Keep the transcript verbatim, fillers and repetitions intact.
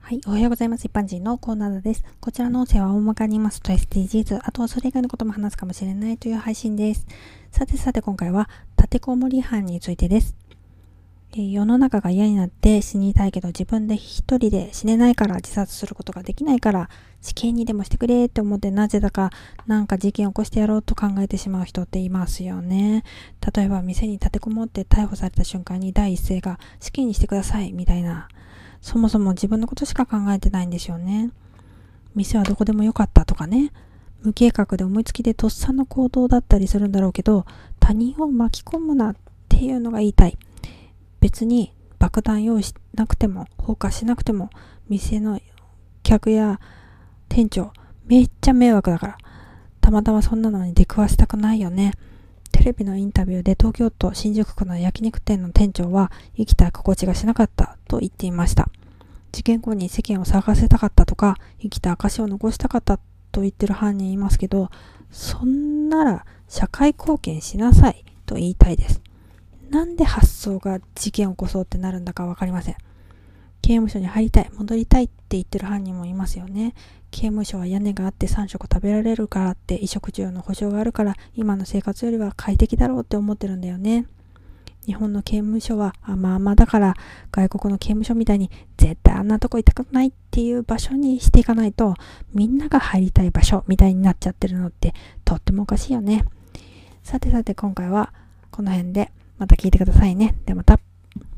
はい。おはようございます。一般人のコーナーです。こちらの音声は大まかに言いますと エスディージーズ、あとはそれ以外のことも話すかもしれないという配信です。さてさて今回は立てこもり犯についてです。えー世の中が嫌になって死にたいけど自分で一人で死ねないから自殺することができないから死刑にでもしてくれって思ってなぜだかなんか事件を起こしてやろうと考えてしまう人っていますよね。例えば店に立てこもって逮捕された瞬間に第一声が死刑にしてくださいみたいな。そもそも自分のことしか考えてないんですよね。店はどこでもよかったとかね。無計画で思いつきでとっさの行動だったりするんだろうけど、他人を巻き込むなっていうのが言いたい。別に爆弾用意しなくても、放火しなくても、店の客や店長、めっちゃ迷惑だから。たまたまそんなのに出くわしたくないよね。テレビのインタビューで東京都新宿区の焼肉店の店長は生きた心地がしなかったと言っていました。事件後に世間を騒がせたかったとか、生きた証を残したかったと言ってる犯人いますけど、そんなら社会貢献しなさいと言いたいです。なんで発想が事件を起こそうってなるんだかわかりません。刑務所に入りたい、戻りたいって言ってる犯人もいますよね。刑務所は屋根があってさん食食べられるからって衣食住の保障があるから今の生活よりは快適だろうって思ってるんだよね。日本の刑務所は甘々だから外国の刑務所みたいに絶対あんなとこ行きたくないっていう場所にしていかないとみんなが入りたい場所みたいになっちゃってるのってとってもおかしいよね。さてさて今回はこの辺でまた聞いてくださいね。ではまた。